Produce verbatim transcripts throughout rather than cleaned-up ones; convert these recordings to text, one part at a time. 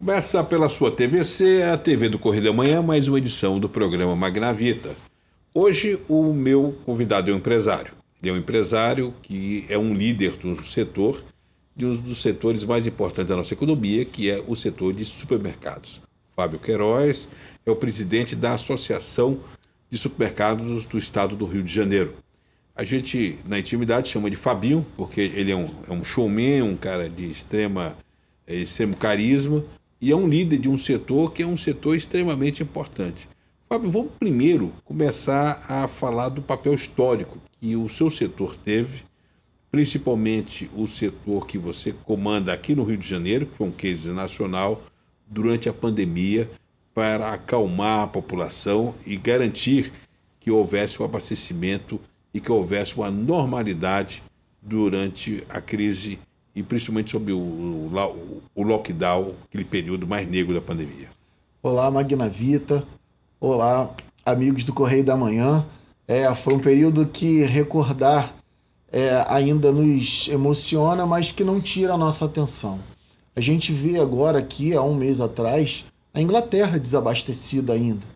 Começa pela sua T V C, a T V do Correio da Manhã, mais uma edição do programa Magnavita. Hoje o meu convidado é um empresário. Ele é um empresário que é um líder do setor, de um dos setores mais importantes da nossa economia, que é o setor de supermercados. Fábio Queiroz é o presidente da Associação de Supermercados do Estado do Rio de Janeiro. A gente, na intimidade, chama de Fabinho, porque ele é um, é um showman, um cara de extrema, é, extremo carisma, e é um líder de um setor que é um setor extremamente importante. Fábio, vamos primeiro começar a falar do papel histórico que o seu setor teve, principalmente o setor que você comanda aqui no Rio de Janeiro, que foi um case nacional, durante a pandemia, para acalmar a população e garantir que houvesse o abastecimento e que houvesse uma normalidade durante a crise e principalmente sobre o, o, o lockdown, aquele período mais negro da pandemia. Olá, Magnavita. Olá, amigos do Correio da Manhã. É, foi um período que recordar é, ainda nos emociona, mas que não tira a nossa atenção. A gente vê agora aqui, há um mês atrás, a Inglaterra desabastecida ainda.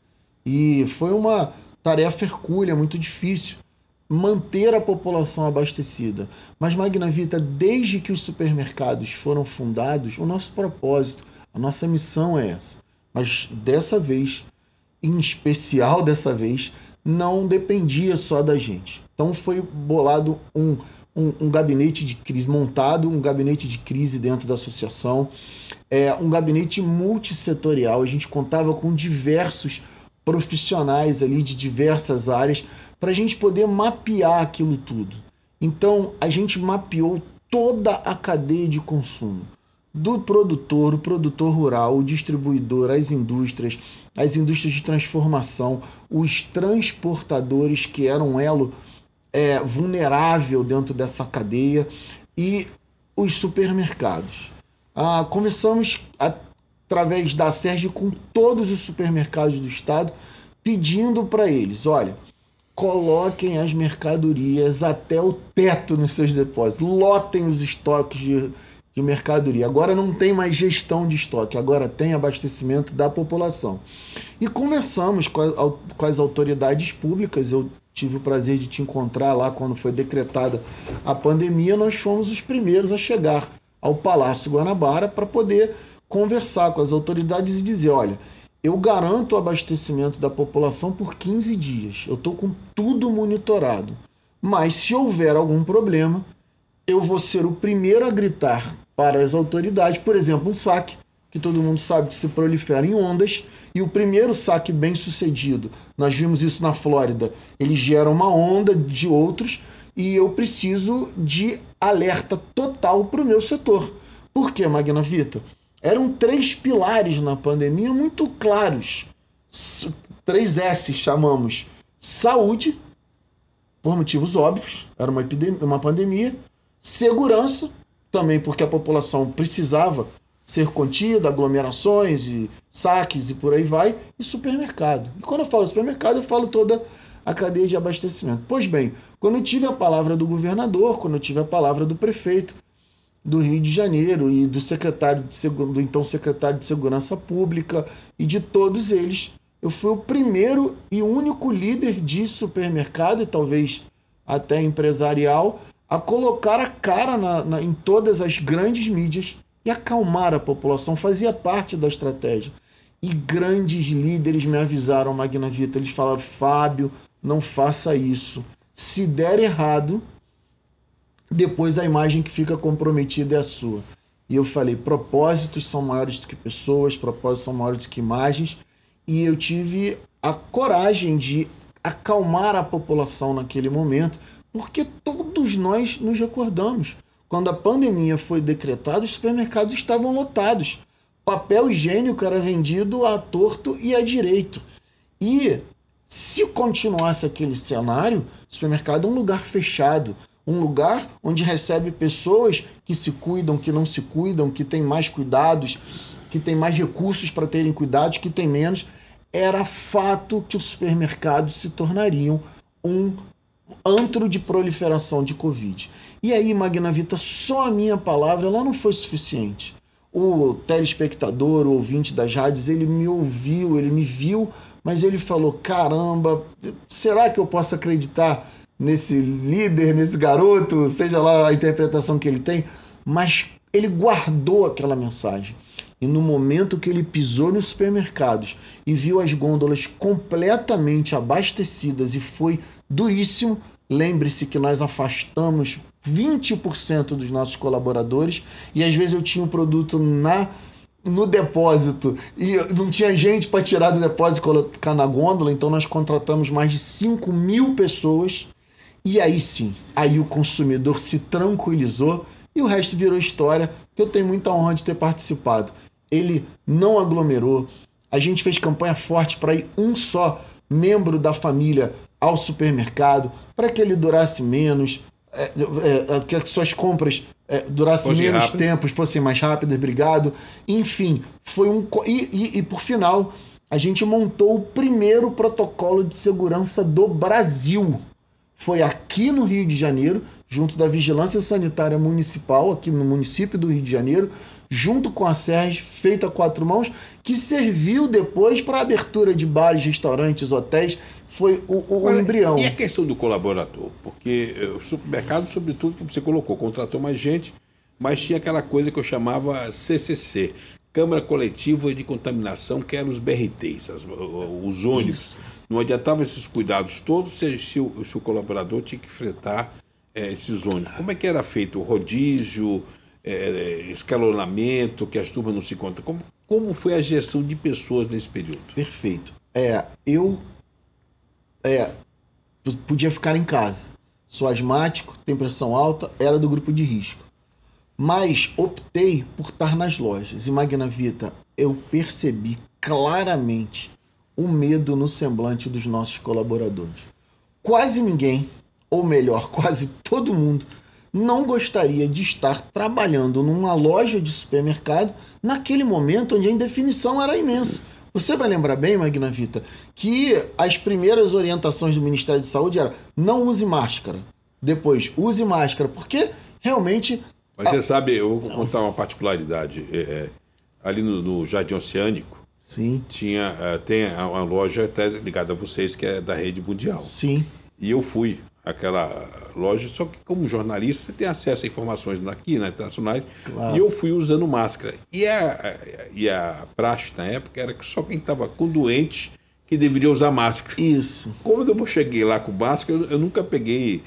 E foi uma tarefa hercúlea, muito difícil, manter a população abastecida. Mas, Magnavita, desde que os supermercados foram fundados, o nosso propósito, a nossa missão é essa. Mas dessa vez, em especial dessa vez, não dependia só da gente. Então foi bolado um, um, um gabinete de crise, montado um gabinete de crise dentro da associação, é, um gabinete multissetorial. A gente contava com diversos profissionais ali de diversas áreas para a gente poder mapear aquilo tudo. Então a gente mapeou toda a cadeia de consumo, do produtor, o produtor rural, o distribuidor, as indústrias, as indústrias de transformação, os transportadores, que eram um elo é, vulnerável dentro dessa cadeia, e os supermercados. Ah, conversamos através da Sérgio com todos os supermercados do estado, pedindo para eles, olha, coloquem as mercadorias até o teto nos seus depósitos, lotem os estoques de de mercadoria. Agora não tem mais gestão de estoque, agora tem abastecimento da população. E conversamos com, a, com as autoridades públicas. Eu tive o prazer de te encontrar lá quando foi decretada a pandemia. Nós fomos os primeiros a chegar ao Palácio Guanabara para poder conversar com as autoridades e dizer, olha, eu garanto o abastecimento da população por quinze dias. Eu estou com tudo monitorado. Mas se houver algum problema, eu vou ser o primeiro a gritar para as autoridades, por exemplo, um saque, que todo mundo sabe que se prolifera em ondas, e o primeiro saque bem sucedido, nós vimos isso na Flórida, ele gera uma onda de outros, e eu preciso de alerta total para o meu setor. Por quê, Magnavita? Eram três pilares na pandemia muito claros, três S chamamos: saúde, por motivos óbvios, era uma epidemia, uma pandemia; segurança, também porque a população precisava ser contida, aglomerações e saques e por aí vai; e supermercado. E quando eu falo supermercado, eu falo toda a cadeia de abastecimento. Pois bem, quando eu tive a palavra do governador, quando eu tive a palavra do prefeito do Rio de Janeiro e do secretário de Segu- do então secretário de Segurança Pública e de todos eles, eu fui o primeiro e único líder de supermercado, e talvez até empresarial, a colocar a cara na, na, em todas as grandes mídias e acalmar a população. Fazia parte da estratégia. E grandes líderes me avisaram, Magnavita, eles falaram, Fábio, não faça isso. Se der errado, depois a imagem que fica comprometida é a sua. E eu falei, propósitos são maiores do que pessoas, propósitos são maiores do que imagens, e eu tive a coragem de acalmar a população naquele momento, porque todos nós nos recordamos. Quando a pandemia foi decretada, os supermercados estavam lotados. Papel higiênico era vendido à torto e à direito. E se continuasse aquele cenário, o supermercado é um lugar fechado, um lugar onde recebe pessoas que se cuidam, que não se cuidam, que têm mais cuidados, que têm mais recursos para terem cuidados, que têm menos. Era fato que os supermercados se tornariam um antro de proliferação de Covid. E aí, Magnavita, só a minha palavra ela não foi suficiente. o telespectador, o ouvinte das rádios, ele me ouviu, ele me viu, mas ele falou, caramba, será que eu posso acreditar nesse líder, nesse garoto, seja lá a interpretação que ele tem? Mas ele guardou aquela mensagem. E no momento que ele pisou nos supermercados e viu as gôndolas completamente abastecidas e foi duríssimo, lembre-se que nós afastamos vinte por cento dos nossos colaboradores e às vezes eu tinha um produto na, no depósito e não tinha gente para tirar do depósito e colocar na gôndola, então nós contratamos mais de cinco mil pessoas e aí sim, aí o consumidor se tranquilizou e o resto virou história, que eu tenho muita honra de ter participado. Ele não aglomerou, a gente fez campanha forte para ir um só membro da família ao supermercado, para que ele durasse menos, é, é, que as suas compras é, durassem Fosse menos rápido. tempo, fossem mais rápidas, obrigado. Enfim, foi um... E, e, e por final, a gente montou o primeiro protocolo de segurança do Brasil. Foi aqui no Rio de Janeiro, junto da Vigilância Sanitária Municipal, aqui no município do Rio de Janeiro, junto com a Sérgio, feita a quatro mãos, que serviu depois para a abertura de bares, restaurantes, hotéis. Foi o, o, o embrião. E a questão do colaborador? Porque o supermercado, sobretudo, como você colocou, contratou mais gente, mas tinha aquela coisa que eu chamava C C C, Câmara Coletiva de Contaminação, que eram os B R Ts, as, os ônibus. Isso. Não adiantava esses cuidados todos se, se, o, se o colaborador tinha que enfrentar é, esses ônibus. Como é que era feito o rodízio, é, escalonamento, que as turmas não se encontram? Como, como foi a gestão de pessoas nesse período? Perfeito. É, eu é, podia ficar em casa. Sou asmático, tenho pressão alta, era do grupo de risco. Mas optei por estar nas lojas. E Magnavita, eu percebi claramente o medo no semblante dos nossos colaboradores. Quase ninguém, ou melhor, quase todo mundo, não gostaria de estar trabalhando numa loja de supermercado naquele momento onde a indefinição era imensa. Você vai lembrar bem, Magnavita, que as primeiras orientações do Ministério da Saúde eram não use máscara. Depois, use máscara, porque realmente... Mas você sabe, eu vou contar uma particularidade. É, é, ali no, no Jardim Oceânico, Sim. Tinha, uh, tem uma loja até ligada a vocês, que é da Rede Mundial. Sim. E eu fui àquela loja, só que como jornalista você tem acesso a informações daqui, né, internacionais, claro. E eu fui usando máscara. E a, e a praxe na época era que só quem estava com doente que deveria usar máscara. Isso. Quando eu cheguei lá com máscara, eu, eu nunca peguei,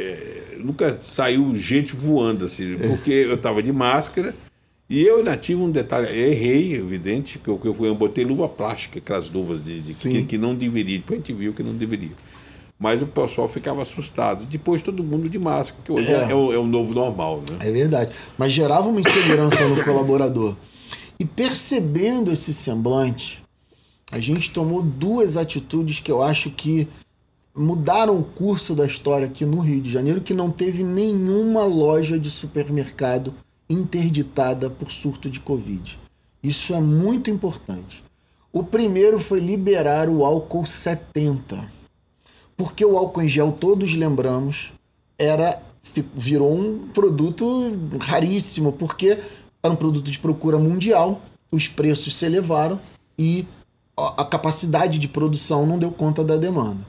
é, nunca saiu gente voando assim, porque eu estava de máscara. E eu ainda tive um detalhe, errei, evidente, que eu, eu, eu botei luva plástica, aquelas luvas de, de que, que não deveria, depois a gente viu que não deveria. Mas o pessoal ficava assustado. Depois todo mundo de máscara, que hoje é, é, o, é o novo normal, né? É verdade. Mas gerava uma insegurança no colaborador. E percebendo esse semblante, a gente tomou duas atitudes que eu acho que mudaram o curso da história aqui no Rio de Janeiro, que não teve nenhuma loja de supermercado interditada por surto de Covid. Isso é muito importante. O primeiro foi liberar o álcool setenta. Porque o álcool em gel, todos lembramos, era, virou um produto raríssimo, porque era um produto de procura mundial, os preços se elevaram e a capacidade de produção não deu conta da demanda.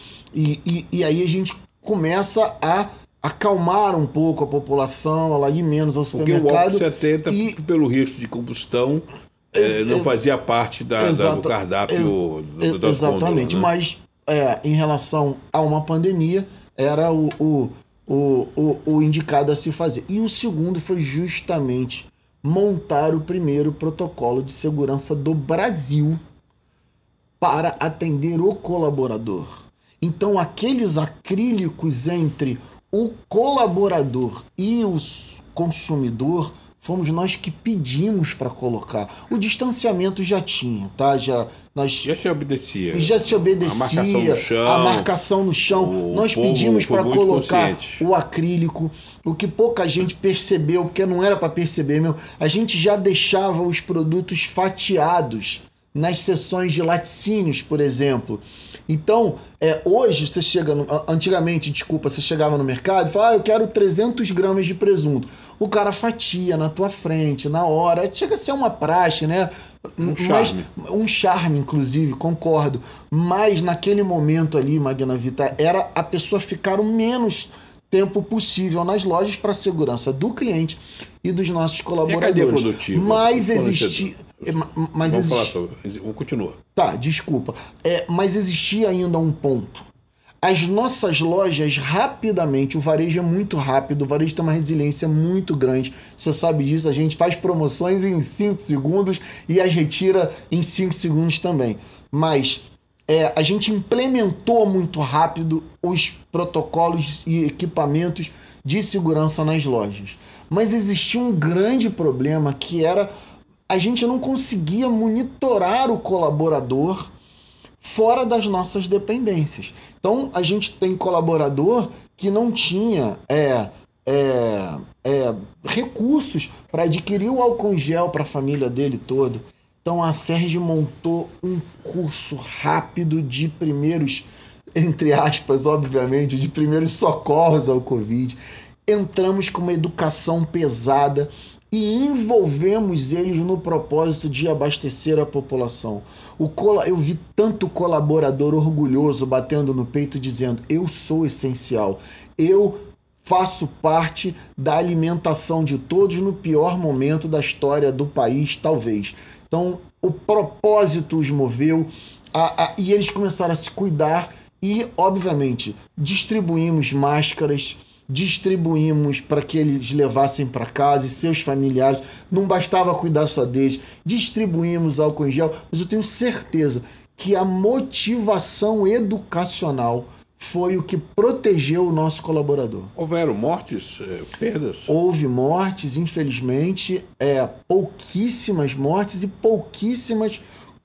E, e, e aí a gente começa a acalmar um pouco a população, ela ir menos ao supermercado. Porque o álcool setenta, e... pelo risco de combustão, é, não fazia parte da, da, do cardápio ex, do, das exatamente, gôndolas, né? Mas é, em relação a uma pandemia, era o, o, o, o, o indicado a se fazer. E o segundo foi justamente montar o primeiro protocolo de segurança do Brasil para atender o colaborador. Então, aqueles acrílicos entre o colaborador e o consumidor, fomos nós que pedimos para colocar. O distanciamento já tinha, tá? Já, nós, já se obedecia. Já se obedecia. A marcação no chão. A marcação no chão. Nós pedimos para colocar consciente. O acrílico, o que pouca gente percebeu, porque não era para perceber, meu. A gente já deixava os produtos fatiados nas sessões de laticínios, por exemplo. Então, é, hoje você chega, no, antigamente, desculpa, você chegava no mercado e falava, ah, eu quero trezentos gramas de presunto. O cara fatia na tua frente, na hora, chega a ser uma praxe, né? Um Mas, charme. Um charme, inclusive, concordo. Mas naquele momento ali, Magna Vita, era a pessoa ficar o menos tempo possível nas lojas para a segurança do cliente e dos nossos colaboradores. E a cadeia produtiva? Mas existia... Mas Vamos existe... falar sobre... Continua. Tá, desculpa. É, mas existia ainda um ponto. As nossas lojas, rapidamente, o varejo é muito rápido, o varejo tem uma resiliência muito grande. Você sabe disso, a gente faz promoções em cinco segundos e as retira em cinco segundos também. Mas é, a gente implementou muito rápido os protocolos e equipamentos de segurança nas lojas. Mas existia um grande problema que era... a gente não conseguia monitorar o colaborador fora das nossas dependências. Então, a gente tem colaborador que não tinha é, é, é, recursos para adquirir o álcool em gel para a família dele toda. Então, a Sérgio montou um curso rápido de primeiros, entre aspas, obviamente, de primeiros socorros ao Covid. Entramos com uma educação pesada e envolvemos eles no propósito de abastecer a população. O col- eu vi tanto colaborador orgulhoso batendo no peito dizendo, eu sou essencial, eu faço parte da alimentação de todos no pior momento da história do país, talvez. Então, o propósito os moveu a, a, e eles começaram a se cuidar e, obviamente, distribuímos máscaras, distribuímos para que eles levassem para casa e seus familiares, não bastava cuidar só deles, distribuímos álcool em gel, mas eu tenho certeza que a motivação educacional foi o que protegeu o nosso colaborador. Houveram mortes, eh, perdas? Houve mortes, infelizmente, é, pouquíssimas mortes e pouquíssimas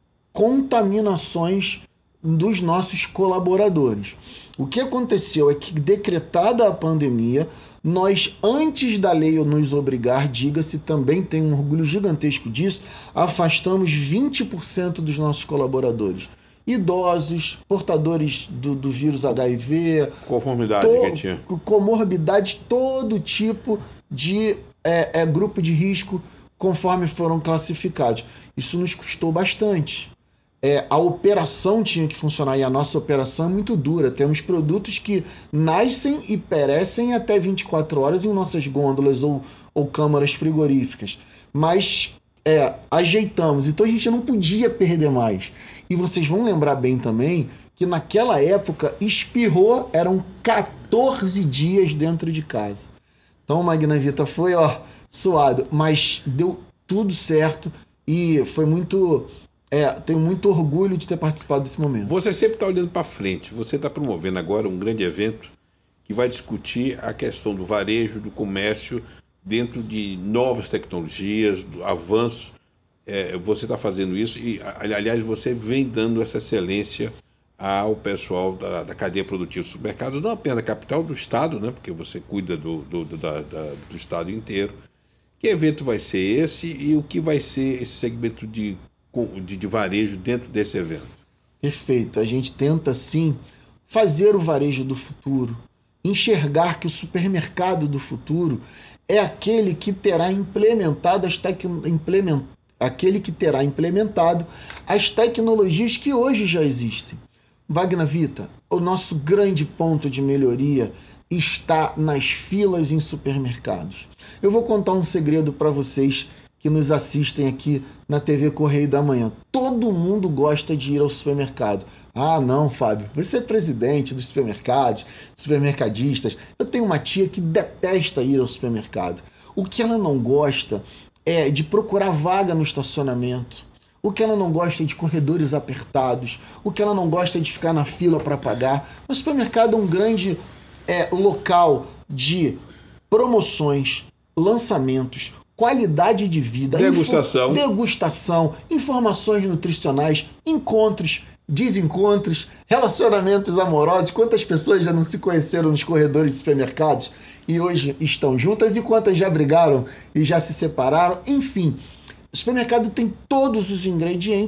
contaminações dos nossos colaboradores. O que aconteceu é que, decretada a pandemia, nós, antes da lei nos obrigar, diga-se, também tem um orgulho gigantesco disso, afastamos vinte por cento dos nossos colaboradores. Idosos, portadores do, do vírus H I V, conformidade to, que tinha. comorbidades, todo tipo de é, é, grupo de risco, conforme foram classificados. Isso nos custou bastante. É, a operação tinha que funcionar e a nossa operação é muito dura. Temos produtos que nascem e perecem até vinte e quatro horas em nossas gôndolas ou, ou câmaras frigoríficas. Mas é, ajeitamos, então a gente não podia perder mais. E vocês vão lembrar bem também que naquela época espirrou, eram quatorze dias dentro de casa. Então, Magna Vita, foi ó, suado, mas deu tudo certo e foi muito... É, tenho muito orgulho de ter participado desse momento. Você sempre está olhando para frente. Você está promovendo agora um grande evento que vai discutir a questão do varejo, do comércio, dentro de novas tecnologias, do avanço. É, você está fazendo isso e, aliás, você vem dando essa excelência ao pessoal da, da cadeia produtiva dos supermercados, não apenas da capital, do Estado, né, porque você cuida do, do, da, da, do Estado inteiro. Que evento vai ser esse e o que vai ser esse segmento de De, de varejo dentro desse evento? Perfeito. A gente tenta, sim, fazer o varejo do futuro, enxergar que o supermercado do futuro é aquele que terá implementado as tec... implement... aquele que terá implementado as tecnologias que hoje já existem. Magna Vita, o nosso grande ponto de melhoria está nas filas em supermercados. Eu vou contar um segredo para vocês que nos assistem aqui na T V Correio da Manhã. Todo mundo gosta de ir ao supermercado. Ah, não, Fábio, você é presidente dos supermercados, supermercadistas. Eu tenho uma tia que detesta ir ao supermercado. O que ela não gosta é de procurar vaga no estacionamento. O que ela não gosta é de corredores apertados. O que ela não gosta é de ficar na fila para pagar. O supermercado é um grande é, local de promoções, lançamentos, qualidade de vida, degustação, info, degustação, informações nutricionais, encontros, desencontros, relacionamentos amorosos. Quantas pessoas já não se conheceram nos corredores de supermercados e hoje estão juntas e quantas já brigaram e já se separaram? Enfim, o supermercado tem todos os ingredientes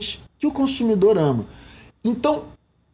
que o consumidor ama. Então,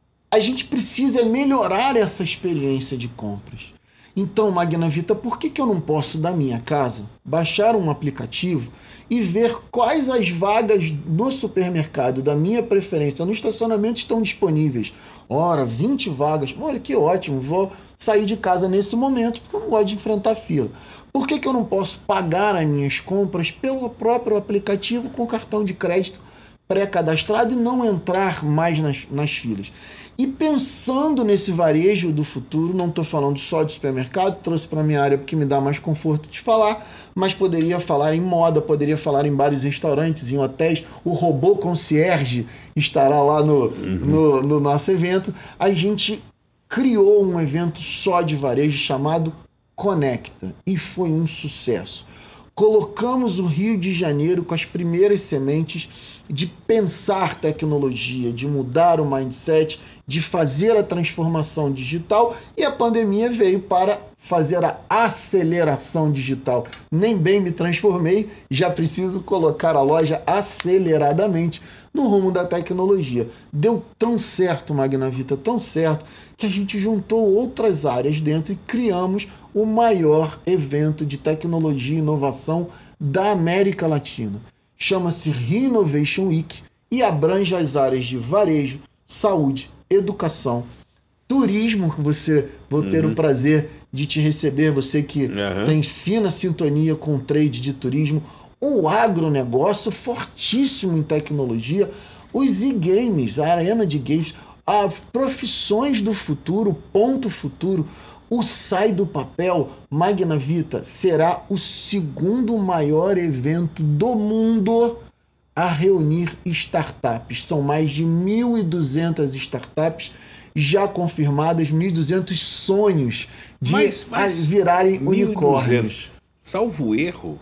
a gente precisa melhorar essa experiência de compras. Então, Magnavita, por que, que eu não posso, da minha casa, baixar um aplicativo e ver quais as vagas no supermercado da minha preferência no estacionamento estão disponíveis? Ora, vinte vagas. Olha, que ótimo, vou sair de casa nesse momento, porque eu não gosto de enfrentar fila. Por que, que eu não posso pagar as minhas compras pelo próprio aplicativo com cartão de crédito pré-cadastrado e não entrar mais nas, nas filas? E pensando nesse varejo do futuro, não estou falando só de supermercado, trouxe para a minha área porque me dá mais conforto de falar, mas poderia falar em moda, poderia falar em bares e restaurantes, em hotéis. O robô concierge estará lá no, uhum. no, no nosso evento. A gente criou um evento só de varejo chamado Conecta e foi um sucesso. Colocamos o Rio de Janeiro com as primeiras sementes de pensar tecnologia, de mudar o mindset, de fazer a transformação digital, e a pandemia veio para fazer a aceleração digital. Nem bem me transformei, já preciso colocar a loja aceleradamente no rumo da tecnologia. Deu tão certo, Magnavita, tão certo, que a gente juntou outras áreas dentro e criamos o maior evento de tecnologia e inovação da América Latina. Chama-se Innovation Week e abrange as áreas de varejo, saúde, educação, turismo, que você vou ter uhum. o prazer de te receber, você que uhum. tem fina sintonia com o trade de turismo, o agronegócio fortíssimo em tecnologia, os e-games, a arena de games, as profissões do futuro, ponto futuro. O Sai do Papel, Magnavita, será o segundo maior evento do mundo a reunir startups. São mais de mil e duzentas startups já confirmadas, mil e duzentos sonhos de mas, mas virarem unicórnios. Salvo erro,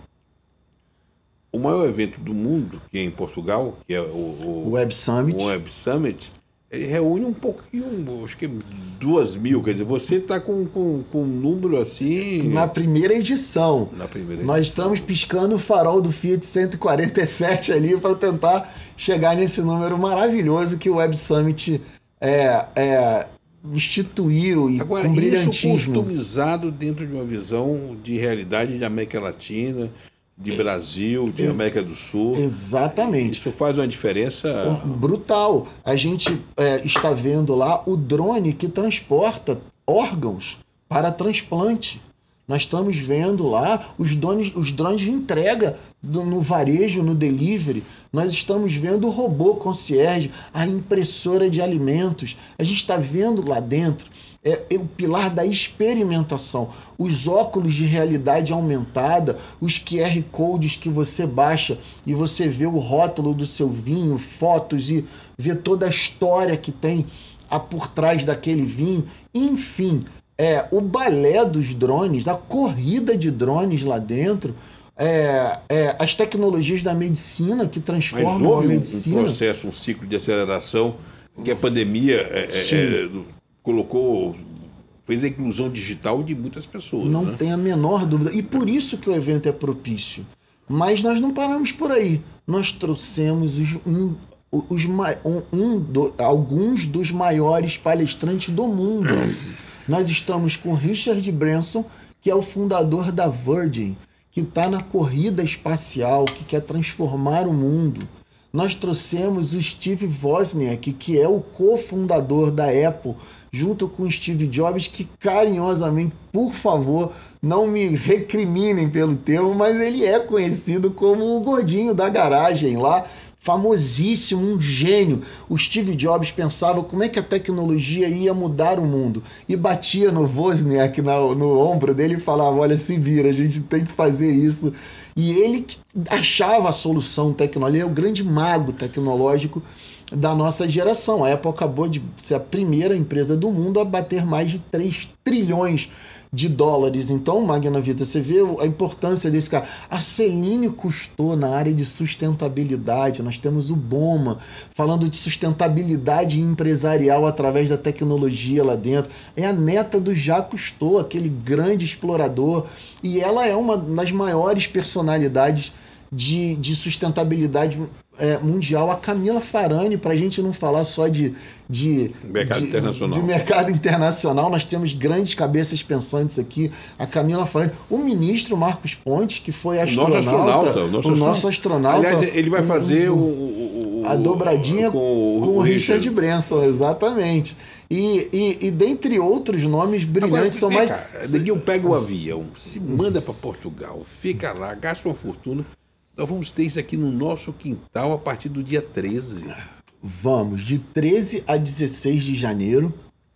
o maior evento do mundo, que é em Portugal, que é o, o Web Summit, o Web Summit, ele reúne um pouquinho, acho que duas mil, quer dizer, você está com, com, com um número assim... Na primeira edição. Na primeira Nós edição. estamos piscando o farol do Fiat cento e quarenta e sete ali para tentar chegar nesse número maravilhoso que o Web Summit é, é, instituiu e Agora, com brilhantismo. Isso customizado dentro de uma visão de realidade de América Latina, de Brasil, de América do Sul. Exatamente. Isso faz uma diferença... brutal. A gente é, está vendo lá o drone que transporta órgãos para transplante. Nós estamos vendo lá os drones, os drones de entrega do, no varejo, no delivery. Nós estamos vendo o robô concierge, a impressora de alimentos. A gente está vendo lá dentro é, é o pilar da experimentação. Os óculos de realidade aumentada, os Q R Codes que você baixa e você vê o rótulo do seu vinho, fotos e vê toda a história que tem a, por trás daquele vinho. Enfim... É, o balé dos drones, a corrida de drones lá dentro, é, é, as tecnologias da medicina que transformam Mas houve a medicina. Um processo, um ciclo de aceleração que a pandemia é, é, colocou, fez a inclusão digital de muitas pessoas. Não né? tem a menor dúvida. E por isso que o evento é propício. Mas nós não paramos por aí. Nós trouxemos os, um, os, um, um, do, alguns dos maiores palestrantes do mundo. Nós estamos com Richard Branson, que é o fundador da Virgin, que está na corrida espacial, que quer transformar o mundo. Nós trouxemos o Steve Wozniak, que é o cofundador da Apple, junto com o Steve Jobs, que carinhosamente, por favor, não me recriminem pelo termo, mas ele é conhecido como o gordinho da garagem lá, famosíssimo, um gênio. O Steve Jobs pensava como é que a tecnologia ia mudar o mundo e batia no Wozniak no, no ombro dele e falava, olha, se vira, a gente tem que fazer isso. E ele achava a solução tecnológica, ele é o grande mago tecnológico da nossa geração. A Apple acabou de ser a primeira empresa do mundo a bater mais de três trilhões de dólares. Então, Magnavita, você vê a importância desse cara. A Celine custou na área de sustentabilidade. Nós temos o Boma falando de sustentabilidade empresarial através da tecnologia lá dentro. É a neta do Jacques Cousteau, aquele grande explorador, e ela é uma das maiores personalidades de, de sustentabilidade é, mundial, a Camila Farani, para a gente não falar só de, de, mercado de, internacional. de mercado internacional, nós temos grandes cabeças pensantes aqui, a Camila Farani, o ministro Marcos Pontes, que foi astronauta, nosso astronauta, o nosso o nosso astronauta. Aliás, ele vai fazer um, um, a dobradinha com, com o, o Richard, Richard Branson, exatamente. E, e, e dentre outros nomes brilhantes, agora, são mais... Cá, Neguinho pega o avião, se manda para Portugal, fica lá, gasta uma fortuna. Nós vamos ter isso aqui no nosso quintal a partir do dia treze. Vamos, de treze a dezesseis de janeiro,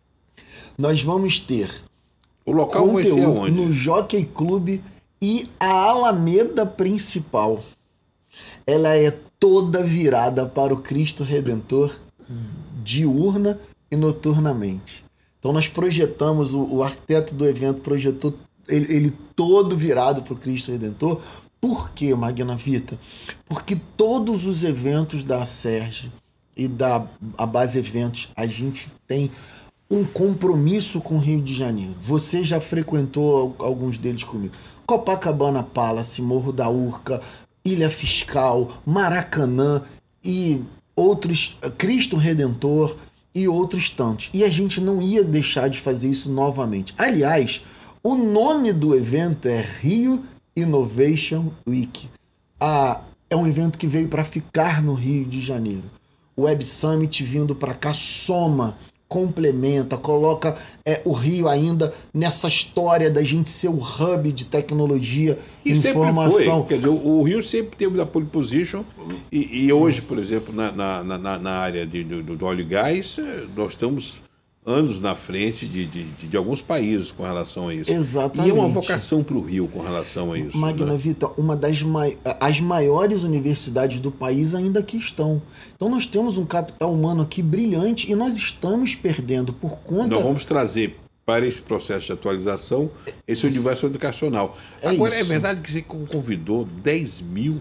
nós vamos ter o local vai ser onde? No Jockey Club e a Alameda principal. Ela é toda virada para o Cristo Redentor, diurna e noturnamente. Então nós projetamos, o, o arquiteto do evento projetou ele, ele todo virado para o Cristo Redentor. Por que, Magna Vita? Porque todos os eventos da Acerj e da a Base Eventos, a gente tem um compromisso com o Rio de Janeiro. Você já frequentou alguns deles comigo. Copacabana Palace, Morro da Urca, Ilha Fiscal, Maracanã e outros, Cristo Redentor e outros tantos. E a gente não ia deixar de fazer isso novamente. Aliás, o nome do evento é Rio Innovation Week. Ah, é um evento que veio para ficar no Rio de Janeiro. O Web Summit vindo para cá soma, complementa, coloca é, o Rio ainda nessa história da gente ser o hub de tecnologia e informação. Sempre foi. Quer dizer, o Rio sempre teve da pole position e, e hoje, por exemplo, na, na, na, na área de, do, do óleo e gás, nós estamos anos na frente de, de, de alguns países com relação a isso. Exatamente. E é uma vocação para o Rio com relação a isso. Magna né? Vita, uma das mai... as maiores universidades do país ainda aqui estão. Então nós temos um capital humano aqui brilhante e nós estamos perdendo por conta... Nós vamos trazer para esse processo de atualização esse universo educacional. É Agora, isso. É verdade que você convidou dez mil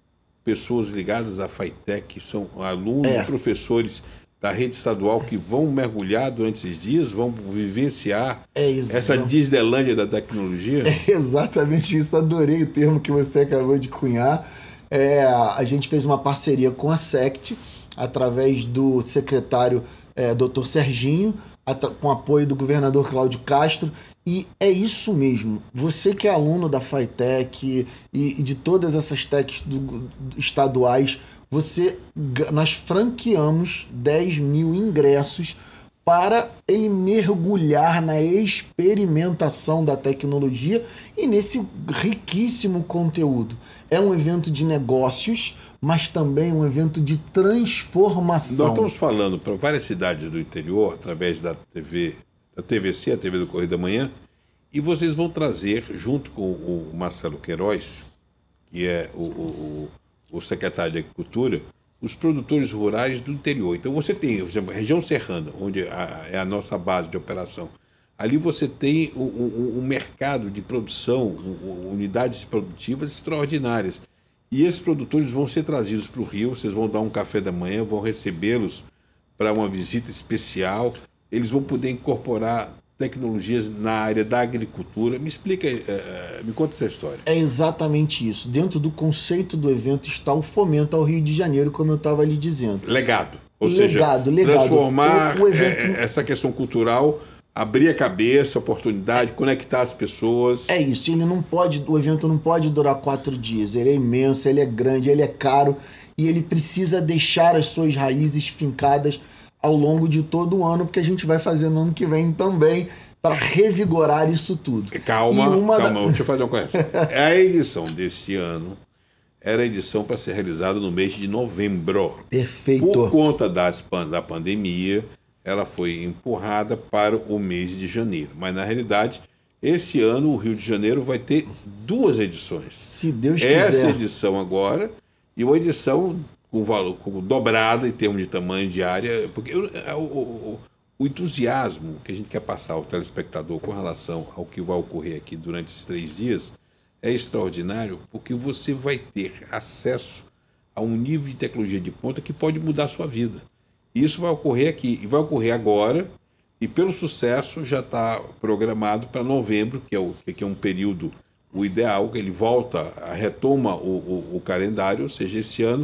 pessoas ligadas à FATEC, que são alunos É. e professores da rede estadual que vão mergulhar durante esses dias, vão vivenciar É isso. essa Disneylândia da tecnologia? É exatamente isso, adorei o termo que você acabou de cunhar. É, a gente fez uma parceria com a SECT, através do secretário é, doutor Serginho, com apoio do governador Cláudio Castro, e é isso mesmo. Você que é aluno da FATEC e, e de todas essas techs do, do, estaduais, você, nós franqueamos dez mil ingressos para ele mergulhar na experimentação da tecnologia e nesse riquíssimo conteúdo. É um evento de negócios, mas também um evento de transformação. Nós estamos falando para várias cidades do interior, através da T V, da T V C, a T V do Correio da Manhã, e vocês vão trazer, junto com o Marcelo Queiroz, que é o, o, o secretário de Agricultura, os produtores rurais do interior. Então você tem, por exemplo, a região serrana, onde a, é a nossa base de operação. Ali você tem um, um, um mercado de produção, um, unidades produtivas extraordinárias. E esses produtores vão ser trazidos para o Rio, vocês vão dar um café da manhã, vão recebê-los para uma visita especial, eles vão poder incorporar tecnologias na área da agricultura. Me explica, uh, me conta essa história. É exatamente isso. Dentro do conceito do evento está o fomento ao Rio de Janeiro, como eu estava lhe dizendo. Legado. Ou legado, seja, legado. transformar o, o evento... essa questão cultural, abrir a cabeça, oportunidade, conectar as pessoas. É isso. Ele não pode, o evento não pode durar quatro dias. Ele é imenso, ele é grande, ele é caro e ele precisa deixar as suas raízes fincadas ao longo de todo o ano, porque a gente vai fazer no ano que vem também para revigorar isso tudo. Calma, uma calma, da... deixa eu fazer uma correção. A edição deste ano era a edição para ser realizada no mês de novembro. Perfeito. Por conta das, da pandemia, ela foi empurrada para o mês de janeiro. Mas, na realidade, esse ano o Rio de Janeiro vai ter duas edições. Se Deus Essa quiser. edição agora e uma edição com valor com dobrada em termos de tamanho de área, porque o, o, o, o entusiasmo que a gente quer passar ao telespectador com relação ao que vai ocorrer aqui durante esses três dias é extraordinário, porque você vai ter acesso a um nível de tecnologia de ponta que pode mudar a sua vida. E isso vai ocorrer aqui, e vai ocorrer agora, e pelo sucesso já está programado para novembro, que é, o, que é um período o ideal, que ele volta, retoma o, o, o calendário, ou seja, esse ano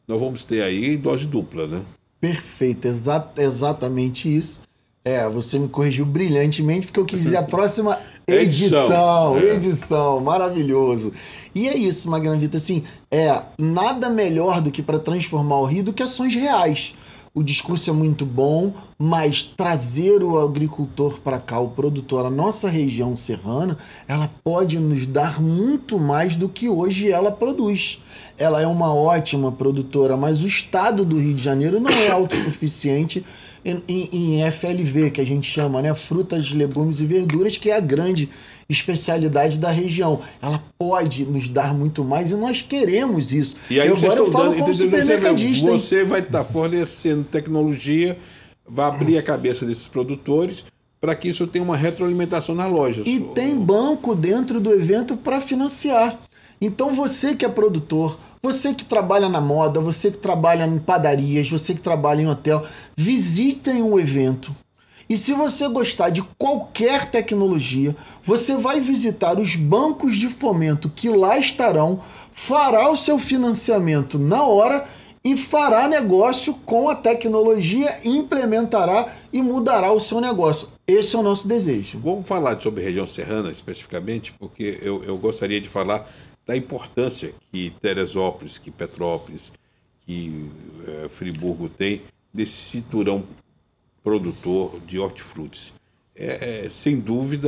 nós vamos ter aí dose dupla, né? Perfeito, exa exatamente isso. É, você me corrigiu brilhantemente, porque eu quis dizer a próxima edição. Edição, é. edição, maravilhoso. E é isso, Magnavita, assim, é nada melhor do que para transformar o Rio do que ações reais. O discurso é muito bom, mas trazer o agricultor para cá, o produtor, a nossa região serrana, ela pode nos dar muito mais do que hoje ela produz. Ela é uma ótima produtora, mas o estado do Rio de Janeiro não é autossuficiente em, em, em F L V, que a gente chama, né? Frutas, legumes e verduras, que é a grande especialidade da região. Ela pode nos dar muito mais e nós queremos isso. E aí, eu agora eu falo como supermercadista. Você vai estar fornecendo tecnologia, vai abrir a cabeça desses produtores para que isso tenha uma retroalimentação nas lojas. E tem banco dentro do evento para financiar. Então você que é produtor, você que trabalha na moda, você que trabalha em padarias, você que trabalha em hotel, visitem o evento. E se você gostar de qualquer tecnologia, você vai visitar os bancos de fomento que lá estarão, fará o seu financiamento na hora e fará negócio com a tecnologia, implementará e mudará o seu negócio. Esse é o nosso desejo. Vamos falar sobre a região serrana especificamente, porque eu, eu gostaria de falar da importância que Teresópolis, que Petrópolis, que é, Friburgo tem desse cinturão produtor de hortifrutis. É, é, sem dúvida,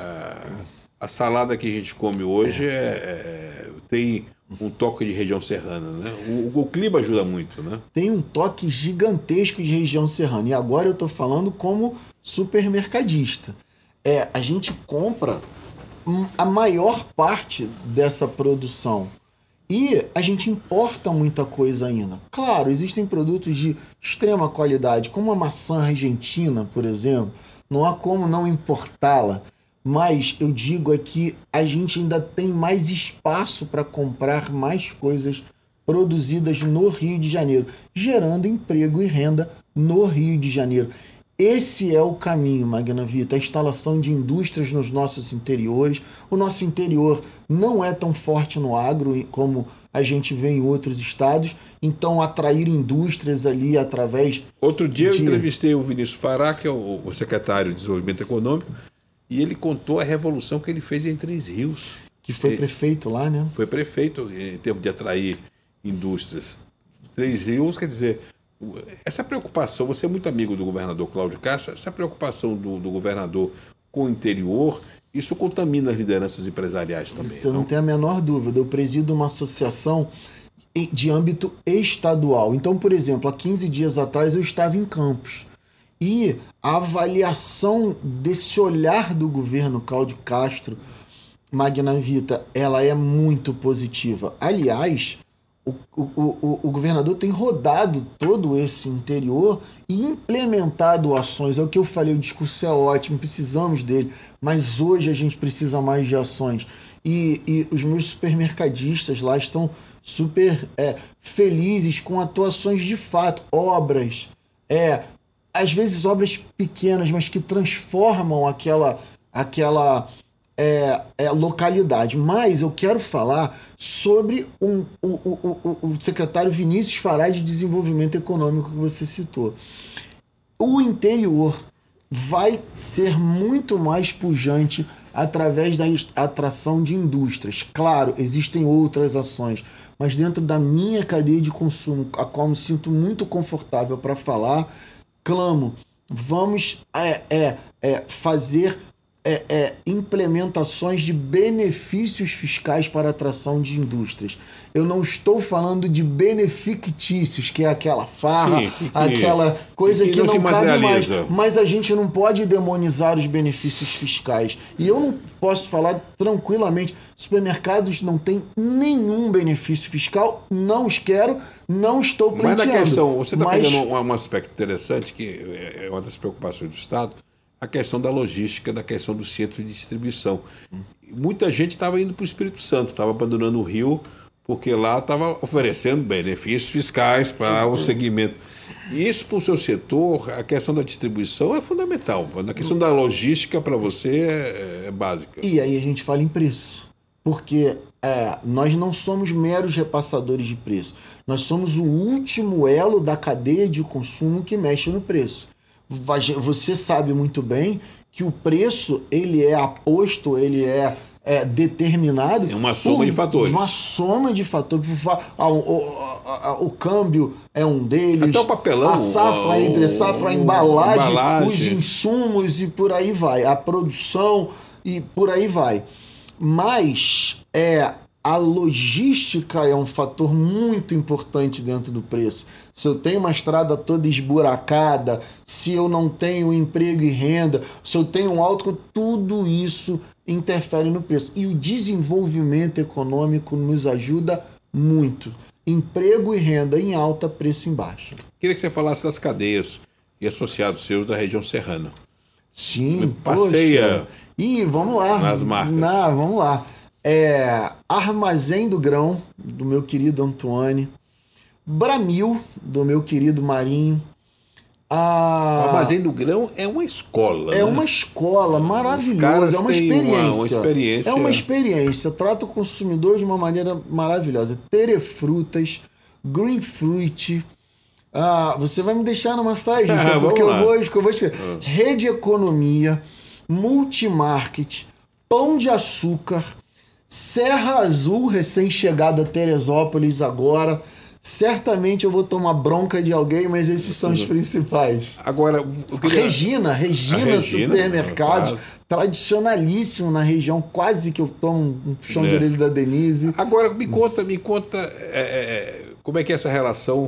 a salada que a gente come hoje é, é, tem um toque de região serrana, né? O, o clima ajuda muito, né? Tem um toque gigantesco de região serrana. E agora eu estou falando como supermercadista. É, a gente compra a maior parte dessa produção. E a gente importa muita coisa ainda. Claro, existem produtos de extrema qualidade, como a maçã argentina, por exemplo. Não há como não importá-la. Mas eu digo é que a gente ainda tem mais espaço para comprar mais coisas produzidas no Rio de Janeiro, gerando emprego e renda no Rio de Janeiro. Esse é o caminho, Magnavita, a instalação de indústrias nos nossos interiores. O nosso interior não é tão forte no agro como a gente vê em outros estados, então atrair indústrias ali através... Outro dia de... eu entrevistei o Vinícius Fará, que é o, o secretário de Desenvolvimento Econômico, e ele contou a revolução que ele fez em Três Rios. Que foi ele, prefeito lá, né? Foi prefeito em termos de atrair indústrias. Três Rios, quer dizer... Essa preocupação, você é muito amigo do governador Cláudio Castro, essa preocupação do, do governador com o interior, isso contamina as lideranças empresariais também. Isso eu não, não tenho a menor dúvida. Eu presido uma associação de âmbito estadual. Então, por exemplo, há quinze dias atrás eu estava em Campos. E a avaliação desse olhar do governo Cláudio Castro, Magnavita, ela é muito positiva. Aliás... O, o, o, o governador tem rodado todo esse interior e implementado ações. É o que eu falei, o discurso é ótimo, precisamos dele, mas hoje a gente precisa mais de ações. E, e os meus supermercadistas lá estão super é, felizes com atuações de fato, obras, é, às vezes obras pequenas, mas que transformam aquela... aquela É, é localidade. Mas eu quero falar sobre um, o, o, o, o secretário Vinícius Fará de Desenvolvimento Econômico que você citou. O interior vai ser muito mais pujante através da atração de indústrias. Claro, existem outras ações, mas dentro da minha cadeia de consumo, a qual me sinto muito confortável para falar, clamo, vamos é, é, é, fazer... É, é, implementações de benefícios fiscais para a atração de indústrias. Eu não estou falando de benefictícios, que é aquela farra, sim, que, aquela coisa que, que não, não cabe mais. Mas a gente não pode demonizar os benefícios fiscais. E eu não posso falar tranquilamente, supermercados não têm nenhum benefício fiscal, não os quero, não estou pleiteando. Mas na questão, você está mas... pegando um, um aspecto interessante, que é uma das preocupações do Estado, a questão da logística, da questão do centro de distribuição. Muita gente estava indo para o Espírito Santo, estava abandonando o Rio, porque lá estava oferecendo benefícios fiscais para o segmento. E isso, para o seu setor, a questão da distribuição é fundamental. A questão da logística, para você, é, é básica. E aí a gente fala em preço. Porque é, nós não somos meros repassadores de preço. Nós somos o último elo da cadeia de consumo que mexe no preço. Você sabe muito bem que o preço ele é aposto, ele é, é determinado... É uma soma de fatores. Uma soma de fatores. O, o, o câmbio é um deles. Até o papelão. A safra, o, entre safra, a embalagem, embalagem, os insumos e por aí vai. A produção e por aí vai. Mas é, a logística é um fator muito importante dentro do preço. Se eu tenho uma estrada toda esburacada, se eu não tenho emprego e renda, se eu tenho um alto, tudo isso interfere no preço. E o desenvolvimento econômico nos ajuda muito. Emprego e renda em alta, preço em baixa. Queria que você falasse das cadeias e associados seus da região serrana. Sim, passeia. Poxa. E vamos lá. Nas marcas. Na, vamos lá. É, Armazém do Grão, do meu querido Antoine. Bramil, do meu querido Marinho. A... O Armazém do Grão é uma escola. É né? uma escola maravilhosa, é uma experiência. Uma, uma experiência. É uma experiência. Trata o consumidor de uma maneira maravilhosa. Terefrutas, Green Fruit. Ah, você vai me deixar numa saia, gente, ah, porque eu vou, eu vou escrever. Ah. Rede Economia, Multimarket, Pão de Açúcar, Serra Azul, recém-chegada a Teresópolis agora. Certamente eu vou tomar bronca de alguém, mas esses são os principais. Agora, eu queria... Regina, Regina, Regina Supermercados, claro. Tradicionalíssimo na região, quase que eu tomo um chão é. de orelha da Denise. Agora, me conta, me conta é, é, como é que é essa relação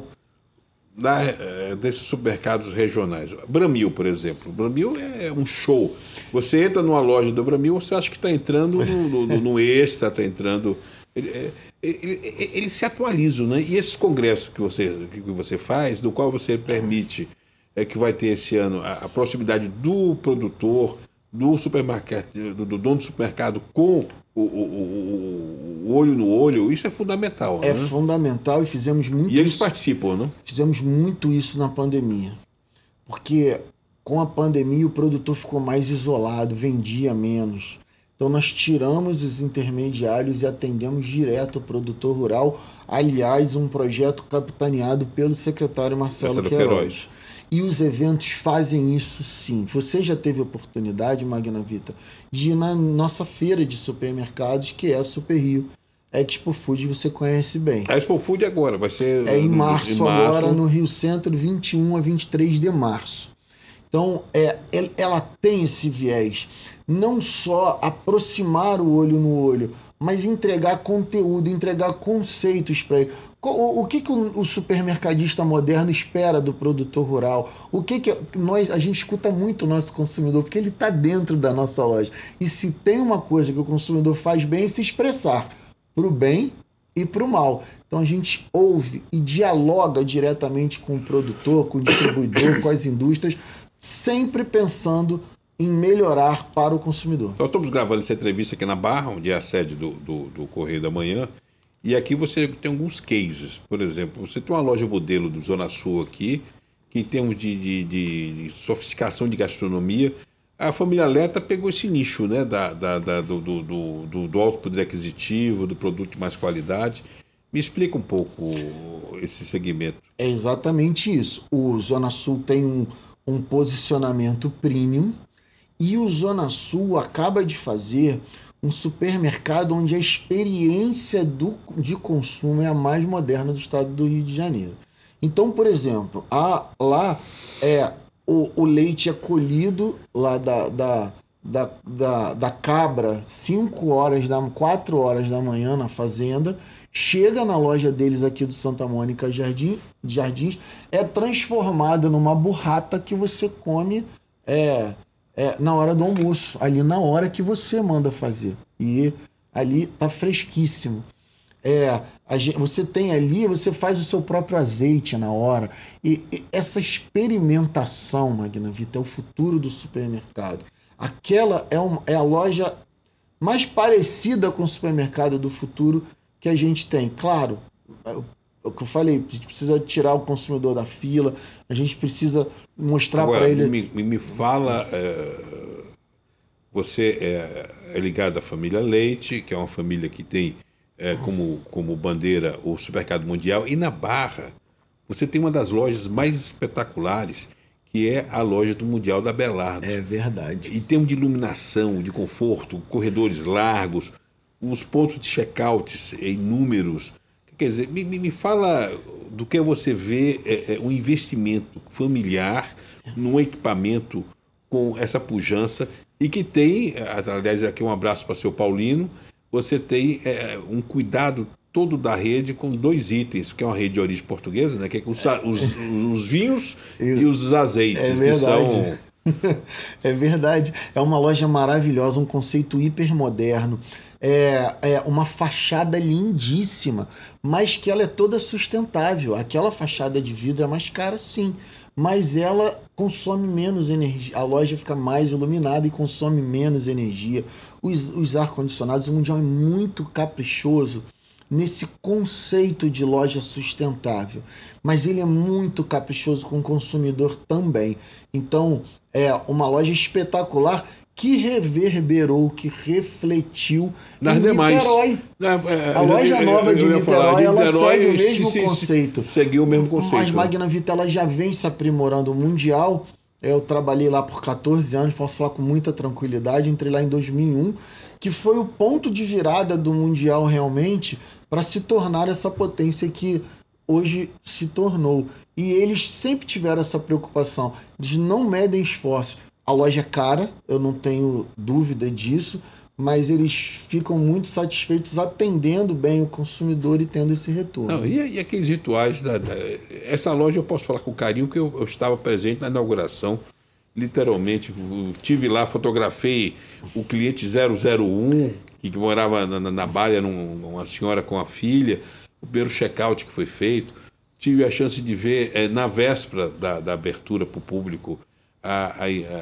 da, é, desses supermercados regionais. Bramil, por exemplo. Bramil é um show. Você entra numa loja do Bramil, você acha que está entrando no, no, no Extra, está entrando... Ele, ele, ele, eles se atualizam, né? E esses congressos que você, que você faz, no qual você permite é, que vai ter esse ano a, a proximidade do produtor, do supermercado, do, do dono do supermercado com o, o, o, o olho no olho, isso é fundamental. É né? fundamental e fizemos muito E eles isso, participam, né? Fizemos muito isso na pandemia. Porque com a pandemia o produtor ficou mais isolado, vendia menos. Então nós tiramos os intermediários e atendemos direto o produtor rural. Aliás, um projeto capitaneado pelo secretário Marcelo Queiroz. Queiroz. E os eventos fazem isso sim. Você já teve oportunidade, Magna Vita, de ir na nossa feira de supermercados, que é a Super Rio. Expo Food você conhece bem. A Expo Food agora vai ser... É em no, março, em março agora no Rio Centro, vinte e um a vinte e três de março. Então, é, ela tem esse viés. Não só aproximar o olho no olho, mas entregar conteúdo, entregar conceitos para ele. O, o que, que o, o supermercadista moderno espera do produtor rural? O que, que nós, a gente escuta muito o nosso consumidor, porque ele está dentro da nossa loja. E se tem uma coisa que o consumidor faz bem, é se expressar para o bem e para o mal. Então a gente ouve e dialoga diretamente com o produtor, com o distribuidor, com as indústrias, sempre pensando em melhorar para o consumidor. Então, estamos gravando essa entrevista aqui na Barra, onde é a sede do, do, do Correio da Manhã, e aqui você tem alguns cases. Por exemplo, você tem uma loja modelo do Zona Sul aqui, que em termos de, de, de, de sofisticação de gastronomia, a família Leta pegou esse nicho, né, da, da, da, do, do, do, do alto poder aquisitivo, do produto de mais qualidade. Me explica um pouco esse segmento. É exatamente isso. O Zona Sul tem um, um posicionamento premium, e o Zona Sul acaba de fazer um supermercado onde a experiência do, de consumo é a mais moderna do estado do Rio de Janeiro. Então, por exemplo, a, lá é, o, o leite é colhido lá da, da, da, da, da cabra cinco horas, da, quatro horas da manhã na fazenda, chega na loja deles aqui do Santa Mônica Jardim, Jardins, é transformada numa burrata que você come... É, É, na hora do almoço, ali na hora que você manda fazer. E ali tá fresquíssimo. É, a gente, você tem ali, você faz o seu próprio azeite na hora. E, e essa experimentação, Magna Vita, é o futuro do supermercado. Aquela é, um, é a loja mais parecida com o supermercado do futuro que a gente tem. Claro, o que eu falei, a gente precisa tirar o consumidor da fila, a gente precisa mostrar para ele... Me, me fala, é, você é, é ligado à família Leite, que é uma família que tem é, como, como bandeira o Supermercado Mundial, e na Barra você tem uma das lojas mais espetaculares, que é a loja do Mundial da Belardo. É verdade. Em termos de iluminação, de conforto, corredores largos, os pontos de check-outs inúmeros. Quer dizer, me, me fala do que você vê é, é, um investimento familiar num equipamento com essa pujança e que tem, aliás, aqui um abraço para o seu Paulino, você tem é, um cuidado todo da rede com dois itens, que é uma rede de origem portuguesa, né? Que é os, os, os vinhos e os azeites. É verdade. Que são... É verdade. É uma loja maravilhosa, um conceito hipermoderno. É, é uma fachada lindíssima, mas que ela é toda sustentável. Aquela fachada de vidro é mais cara, sim, mas ela consome menos energia. A loja fica mais iluminada e consome menos energia. Os, os ar-condicionados, o Mundial é muito caprichoso nesse conceito de loja sustentável, mas ele é muito caprichoso com o consumidor também. Então, é uma loja espetacular que reverberou, que refletiu nas em demais. Niterói. É, é, a loja eu, nova eu, eu, de eu Niterói, falar, ela Niterói segue o mesmo se, conceito. Se, seguiu o mesmo conceito. Mas Magna Vita ela já vem se aprimorando. O Mundial, eu trabalhei lá por catorze anos, posso falar com muita tranquilidade, entrei lá em dois mil e um, que foi o ponto de virada do Mundial realmente para se tornar essa potência que hoje se tornou. E eles sempre tiveram essa preocupação, eles não medem esforços. A loja é cara, eu não tenho dúvida disso, mas eles ficam muito satisfeitos atendendo bem o consumidor e tendo esse retorno. Não, e, e aqueles rituais, da, da, essa loja eu posso falar com carinho, porque eu, eu estava presente na inauguração, literalmente, tive lá, fotografei o cliente zero zero um, que, que morava na, na, na Baia, num, uma senhora com a filha, o primeiro check-out que foi feito, tive a chance de ver, é, na véspera da, da abertura para o público, A,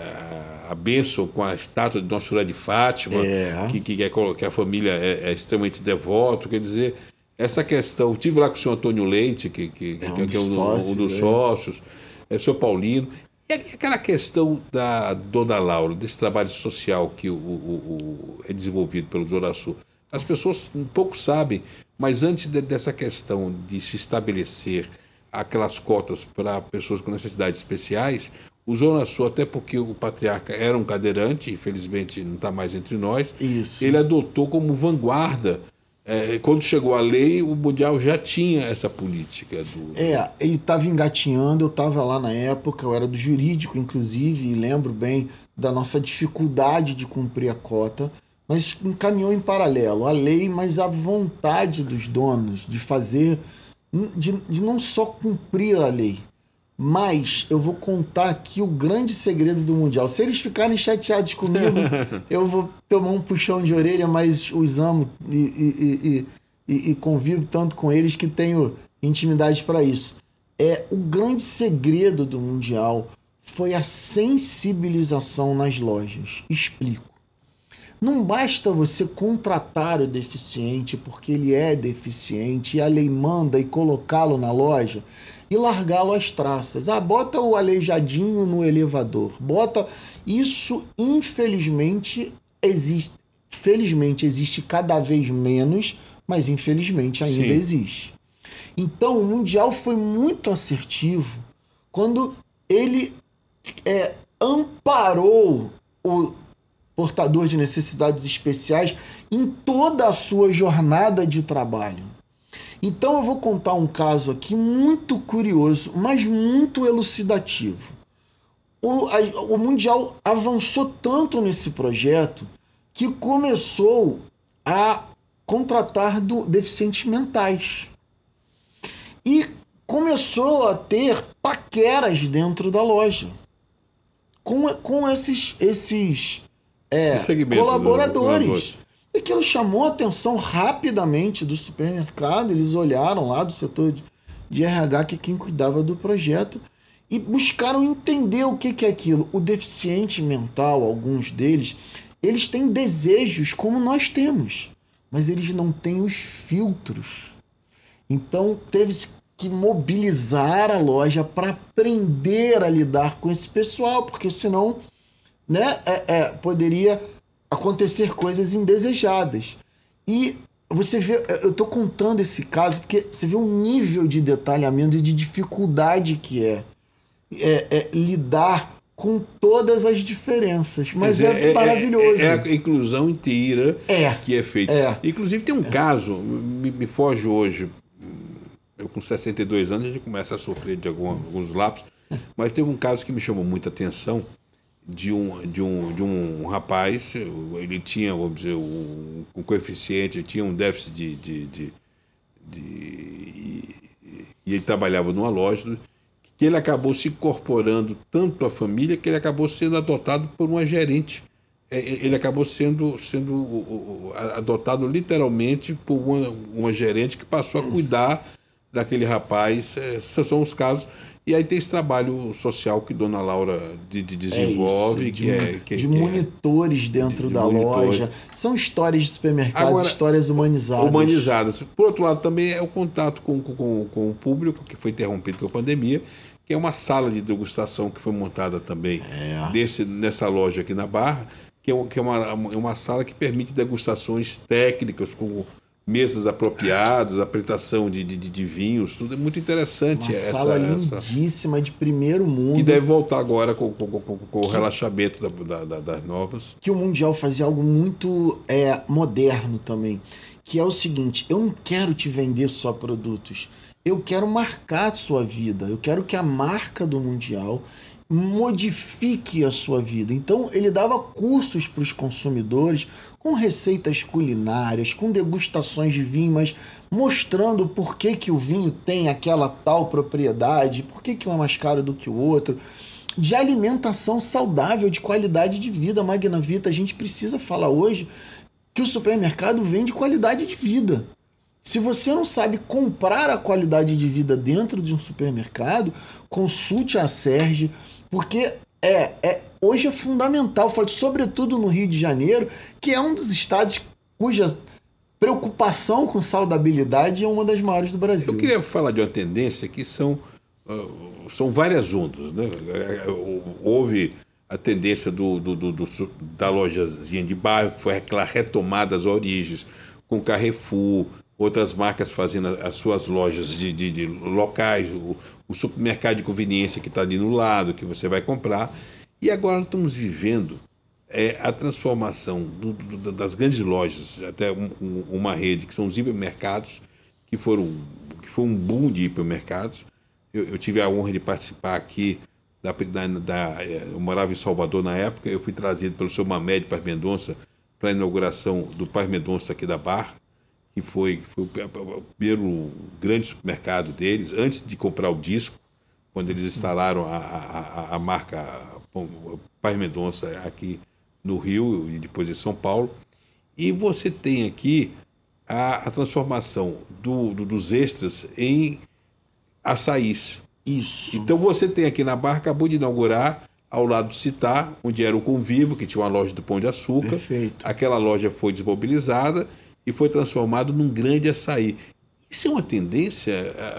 a, a bênção com a estátua de Nossa Senhora de Fátima, é. que, que, que, é, que a família é, é extremamente devoto. Quer dizer, essa questão. Eu estive lá com o senhor Antônio Leite, que, que, é, um que, que é um, sócios, um dos é. sócios, é o senhor Paulino. E aquela questão da Dona Laura, desse trabalho social que o, o, o, é desenvolvido pelo Zona Sul. As pessoas um pouco sabem, mas antes de, dessa questão de se estabelecer aquelas cotas para pessoas com necessidades especiais, o Zona Sul, até porque o patriarca era um cadeirante, infelizmente não está mais entre nós, Isso. Ele adotou como vanguarda. É, quando chegou a lei, o Mundial já tinha essa política. Do... É, ele estava engatinhando, eu estava lá na época, eu era do jurídico, inclusive, e lembro bem da nossa dificuldade de cumprir a cota, mas encaminhou em paralelo a lei, mas a vontade dos donos de fazer, de, de não só cumprir a lei, mas eu vou contar aqui o grande segredo do Mundial. Se eles ficarem chateados comigo, eu vou tomar um puxão de orelha, mas os amo e, e, e, e, e convivo tanto com eles que tenho intimidade para isso. É, o grande segredo do Mundial foi a sensibilização nas lojas. Explico. Não basta você contratar o deficiente porque ele é deficiente e a lei manda e colocá-lo na loja e largá-lo às traças. Ah, bota o aleijadinho no elevador. Bota... Isso, infelizmente, existe. Felizmente, existe cada vez menos, mas infelizmente ainda Sim. existe. Então, o Mundial foi muito assertivo quando ele é, amparou o portador de necessidades especiais em toda a sua jornada de trabalho. Então eu vou contar um caso aqui muito curioso, mas muito elucidativo. O, a, o Mundial avançou tanto nesse projeto que começou a contratar do, deficientes mentais. E começou a ter paqueras dentro da loja. Com, com esses... esses É, colaboradores. E aquilo chamou a atenção rapidamente do supermercado. Eles olharam lá do setor de, de R H, que é quem cuidava do projeto, e buscaram entender o que, que é aquilo. O deficiente mental, alguns deles, eles têm desejos como nós temos, mas eles não têm os filtros. Então teve-se que mobilizar a loja para aprender a lidar com esse pessoal, porque senão... Né? É, é, poderia acontecer coisas indesejadas. E você vê, eu estou contando esse caso porque você vê o nível de detalhamento e de dificuldade que é, é, é lidar com todas as diferenças, mas é, é maravilhoso. É, é a inclusão inteira é, que é feita. É. Inclusive tem um caso, me, me foge hoje, eu com sessenta e dois anos a gente começa a sofrer de algum, alguns lapsos, mas teve um caso que me chamou muita atenção, de um, de um, de um rapaz, ele tinha, vamos dizer, um, um coeficiente, ele tinha um déficit de... de, de, de e, e ele trabalhava numa loja, que ele acabou se incorporando tanto à família que ele acabou sendo adotado por uma gerente. Ele acabou sendo, sendo adotado literalmente por uma, uma gerente que passou a cuidar daquele rapaz. Esses são os casos. E aí tem esse trabalho social que Dona Laura de, de desenvolve. É isso, de, que é, que, de que monitores dentro de, de da monitores. loja. São histórias de supermercados, Agora, histórias humanizadas. Humanizadas. Por outro lado, também é o contato com, com, com o público, que foi interrompido pela pandemia, que é uma sala de degustação que foi montada também é. desse, nessa loja aqui na Barra, que é, que é uma, uma sala que permite degustações técnicas com mesas apropriadas, apresentação de, de, de vinhos, tudo é muito interessante. Uma essa sala lindíssima, essa, de primeiro mundo. Que deve voltar agora com, com, com, com o relaxamento da, da, das novas. Que o Mundial fazia algo muito é, moderno também, que é o seguinte: eu não quero te vender só produtos, eu quero marcar a sua vida, eu quero que a marca do Mundial modifique a sua vida. Então ele dava cursos para os consumidores com receitas culinárias, com degustações de vinho, mas mostrando por que, que o vinho tem aquela tal propriedade, por que, que um é mais caro do que o outro, de alimentação saudável, de qualidade de vida. Magna Vita, a gente precisa falar hoje que o supermercado vende qualidade de vida. Se você não sabe comprar a qualidade de vida dentro de um supermercado, consulte a Serge, porque é, é, hoje é fundamental, sobretudo no Rio de Janeiro, que é um dos estados cuja preocupação com saudabilidade é uma das maiores do Brasil. Eu queria falar de uma tendência que são, uh, são várias ondas, né? Houve a tendência do, do, do, do, da lojazinha de bairro, que foi aquela retomada às origens, com Carrefour, outras marcas fazendo as suas lojas de, de, de locais, o, o supermercado de conveniência que está ali no lado, que você vai comprar. E agora nós estamos vivendo é, a transformação do, do, das grandes lojas, até um, um, uma rede, que são os hipermercados, que, foram, que foi um boom de hipermercados. Eu, eu tive a honra de participar aqui, da, da, da, eu morava em Salvador na época, eu fui trazido pelo seu Mamed Paz Mendonça para a inauguração do Paz Mendonça aqui da Barra, que foi, foi o primeiro grande supermercado deles, antes de comprar o disco, quando eles instalaram a, a, a marca Paz Mendonça aqui no Rio e depois em São Paulo. E você tem aqui a, a transformação do, do, dos extras em açaís. Isso. Então você tem aqui na Barra, acabou de inaugurar, ao lado do Citar, onde era o Convívio, que tinha uma loja do Pão de Açúcar. Perfeito. Aquela loja foi desmobilizada e foi transformado num grande açaí. Isso é uma tendência.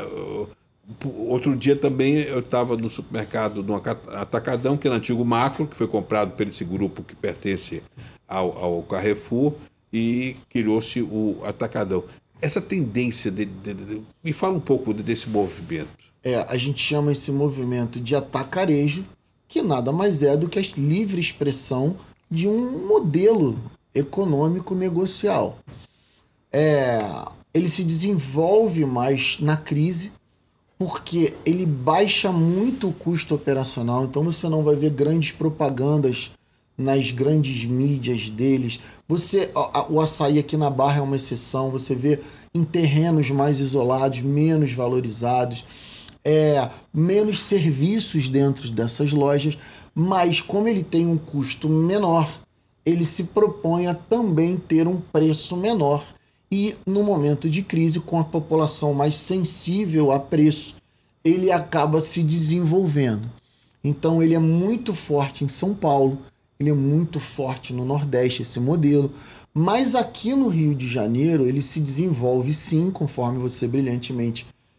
Outro dia também eu estava no supermercado, no Atacadão, que era o antigo Macro, que foi comprado por esse grupo que pertence ao, ao Carrefour, e criou-se o Atacadão. Essa tendência, de, de, de, me fala um pouco desse movimento. É, a gente chama esse movimento de atacarejo, que nada mais é do que a livre expressão de um modelo econômico negocial. É, ele se desenvolve mais na crise, porque ele baixa muito o custo operacional, então você não vai ver grandes propagandas nas grandes mídias deles. Você, o açaí aqui na Barra é uma exceção, você vê em terrenos mais isolados, menos valorizados, é, menos serviços dentro dessas lojas, mas como ele tem um custo menor, ele se propõe a também ter um preço menor. E no momento de crise, com a população mais sensível a preço, ele acaba se desenvolvendo. Então ele é muito forte em São Paulo, ele é muito forte no Nordeste, esse modelo, mas aqui no Rio de Janeiro ele se desenvolve sim, conforme você brilhantemente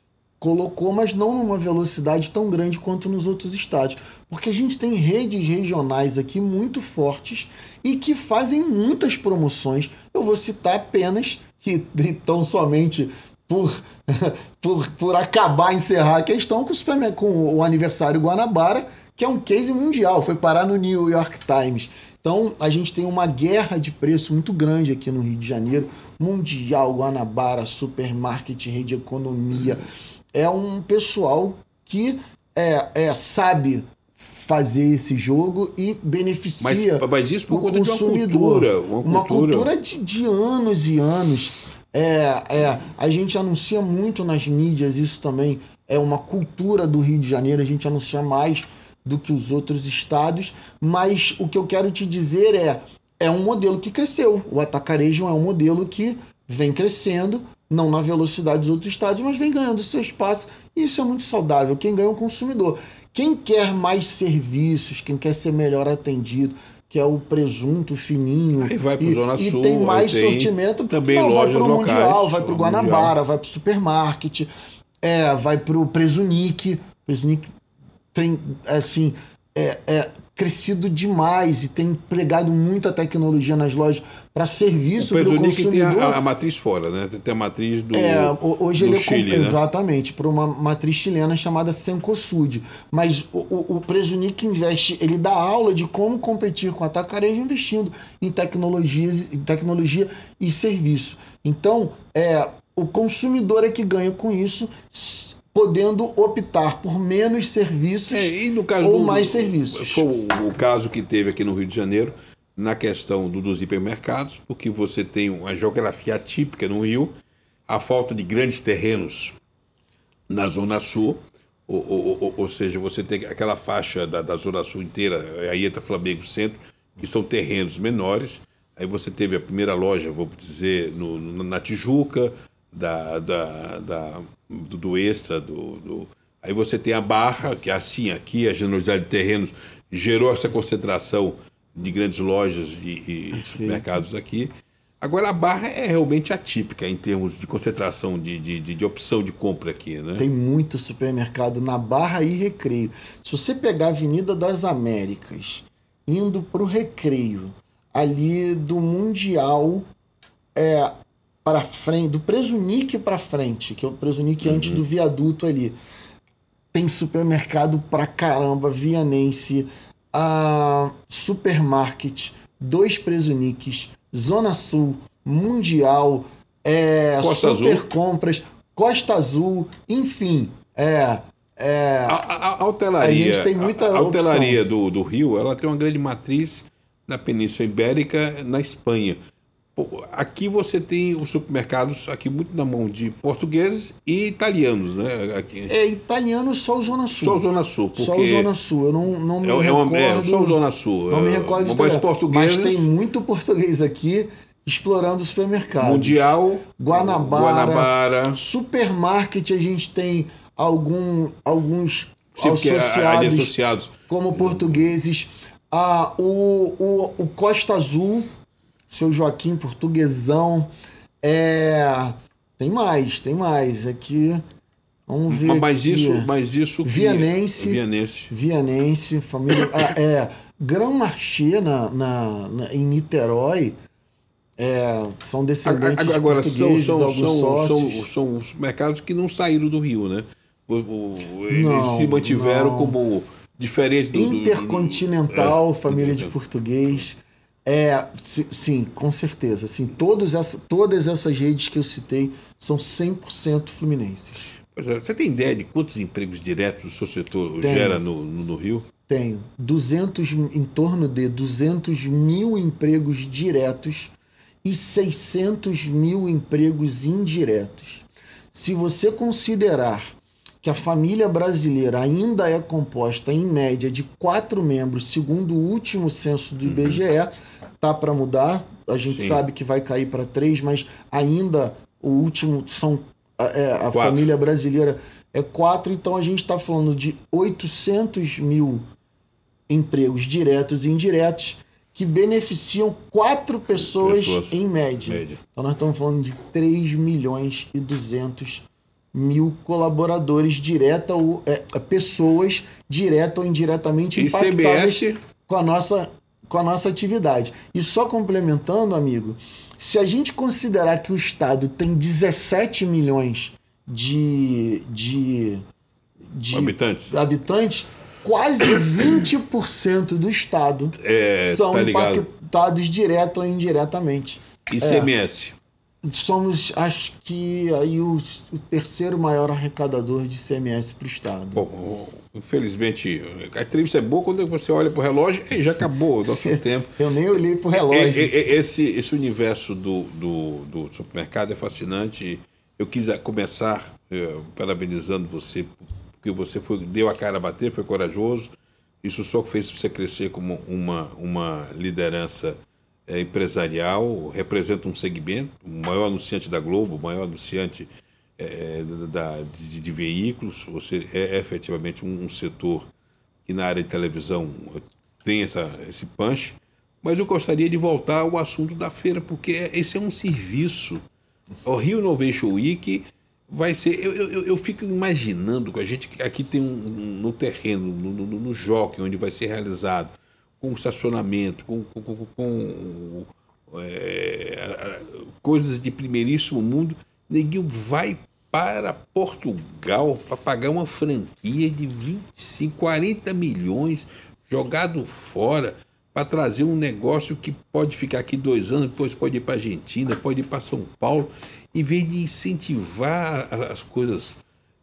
colocou, mas não numa velocidade tão grande quanto nos outros estados. Porque a gente tem redes regionais aqui muito fortes e que fazem muitas promoções. Eu vou citar apenas, e tão somente por, por, por acabar, encerrar a questão, com o, super, com o aniversário Guanabara, que é um case mundial, foi parar no New York Times. Então, a gente tem uma guerra de preço muito grande aqui no Rio de Janeiro, mundial, Guanabara, supermarket, rede economia. É um pessoal que é, é, sabe fazer esse jogo e beneficia mas, mas isso por o conta consumidor. De uma cultura. Uma, uma cultura, cultura de, de anos e anos. É, é, a gente anuncia muito nas mídias, isso também é uma cultura do Rio de Janeiro, a gente anuncia mais do que os outros estados, mas o que eu quero te dizer é, é um modelo que cresceu. O atacarejo é um modelo que vem crescendo, não na velocidade dos outros estados, mas vem ganhando seu espaço, e isso é muito saudável. Quem ganha é o consumidor. Quem quer mais serviços, quem quer ser melhor atendido, que é o presunto fininho, aí vai pro e, Zona e Sul, tem mais tem sortimento, também não, lojas vai pro locais, Mundial, vai pro Guanabara, Mundial. vai pro Supermarket, é, vai pro Presunic. Presunic tem, assim, é, é crescido demais e tem empregado muita tecnologia nas lojas para serviço para o consumidor. Tem a, a matriz fora, né? Tem a matriz do, é, hoje do ele é Chile, com, né? Exatamente, para uma matriz chilena chamada Cencosud. Mas o, o, o Presunic investe, ele dá aula de como competir com a atacarejo investindo em tecnologias, em tecnologia e serviço. Então, é, o consumidor é que ganha com isso, podendo optar por menos serviços é, e no caso ou do, mais serviços. Foi o, o caso que teve aqui no Rio de Janeiro, na questão do, dos hipermercados, porque você tem uma geografia atípica no Rio, a falta de grandes terrenos na Zona Sul, ou, ou, ou, ou seja, você tem aquela faixa da, da Zona Sul inteira, aí entra Flamengo Centro, que são terrenos menores. Aí você teve a primeira loja, vou dizer, no, na Tijuca, da, da, da, do, do Extra, do, do... aí você tem a Barra, que é assim, aqui a generosidade de terrenos gerou essa concentração de grandes lojas e, e supermercados aqui. Agora a Barra é realmente atípica em termos de concentração de, de, de, de opção de compra aqui, né? Tem muito supermercado na Barra e Recreio. Se você pegar a Avenida das Américas, indo para o Recreio, ali do Mundial, é, para frente, do Presunic para frente, que é o Presunic uhum. antes do viaduto ali, tem supermercado pra caramba, Vianense, a Supermarket, dois Presuniques, Zona Sul, Mundial, é, Costa Super Azul. Compras, Costa Azul, enfim, é... é a, a, a hotelaria, a gente tem muita a, a hotelaria opção. do, do Rio, ela tem uma grande matriz na Península Ibérica, na Espanha. Aqui você tem os supermercados aqui muito na mão de portugueses e italianos, né? Aqui. É italiano só o Zona Sul. Só o Zona Sul. Só o Zona Sul. Eu não, não me é, recordo. É, só o Zona Sul. Não me recordo de mas, portugueses... mas tem muito português aqui explorando os supermercados. Mundial, Guanabara, Guanabara. Supermarket, a gente tem algum, alguns Sim, associados, associados como portugueses. Ah, o, o, o Costa Azul, seu Joaquim, portuguesão. É, tem mais, tem mais. Aqui, vamos ver. Mas aqui. isso, mas isso que... Vianense, Vianense. Vianense, família. ah, é, Grand Marché na, na, na, em Niterói. É, são descendentes Agora, de portugueses, são, são, alguns são, sócios. são, são os mercados que não saíram do Rio, né? O, o, eles Não, se mantiveram não. como diferente do... Intercontinental, do, do, família do, de português. É, sim, com certeza. Assim, todas, essa, todas essas redes que eu citei são cem por cento fluminenses. Pois é, você tem ideia de quantos empregos diretos o seu setor Tenho. gera no, no, no Rio? Tenho. duzentos, em torno de duzentos mil empregos diretos e seiscentos mil empregos indiretos. Se você considerar que a família brasileira ainda é composta, em média, de quatro membros, segundo o último censo do I B G E, tá para mudar, a gente Sim. sabe que vai cair para três, mas ainda o último são é, a Quatro. família brasileira é quatro, então a gente está falando de oitocentos mil empregos diretos e indiretos que beneficiam quatro pessoas, Pessoas, em média. média. Então nós estamos falando de três milhões e duzentos mil colaboradores direta ou é, pessoas direta ou indiretamente impactadas com a nossa com a nossa atividade. E só complementando, amigo, se a gente considerar que o Estado tem dezessete milhões de, de, de habitantes. habitantes, quase vinte por cento do Estado é, são tá impactados direto ou indiretamente. I C M S. É, somos, acho que, aí o, o terceiro maior arrecadador de I C M S para o Estado. Bom, infelizmente, a entrevista é boa quando você olha para o relógio e já acabou o nosso tempo. Eu nem olhei para o relógio. Esse, esse universo do, do, do supermercado é fascinante. Eu quis começar eh, parabenizando você, porque você foi, deu a cara a bater, foi corajoso. Isso só fez você crescer como uma, uma liderança é, empresarial, representa um segmento, o maior anunciante da Globo, o maior anunciante é, da, de, de veículos. Você é, é efetivamente um, um setor que na área de televisão tem essa, esse punch. Mas eu gostaria de voltar ao assunto da feira, porque esse é um serviço. O Rio Innovation Week vai ser... Eu, eu, eu fico imaginando que a gente aqui tem um, um no terreno, no, no, no Jockey, onde vai ser realizado, com estacionamento, com, com, com, com é, coisas de primeiríssimo mundo. Neguinho vai para Portugal para pagar uma franquia de vinte e cinco, quarenta milhões jogado fora, para trazer um negócio que pode ficar aqui dois anos, depois pode ir para a Argentina, pode ir para São Paulo, em vez de incentivar as coisas.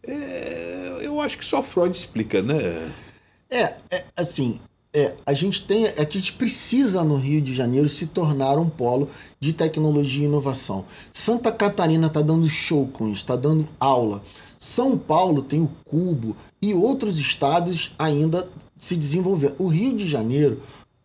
É, eu acho que só Freud explica, né? É, é assim, é, a gente tem, é que a gente precisa no Rio de Janeiro se tornar um polo de tecnologia e inovação. Santa Catarina está dando show com isso, está dando aula. São Paulo tem o Cubo e outros estados ainda se desenvolvendo. O Rio de Janeiro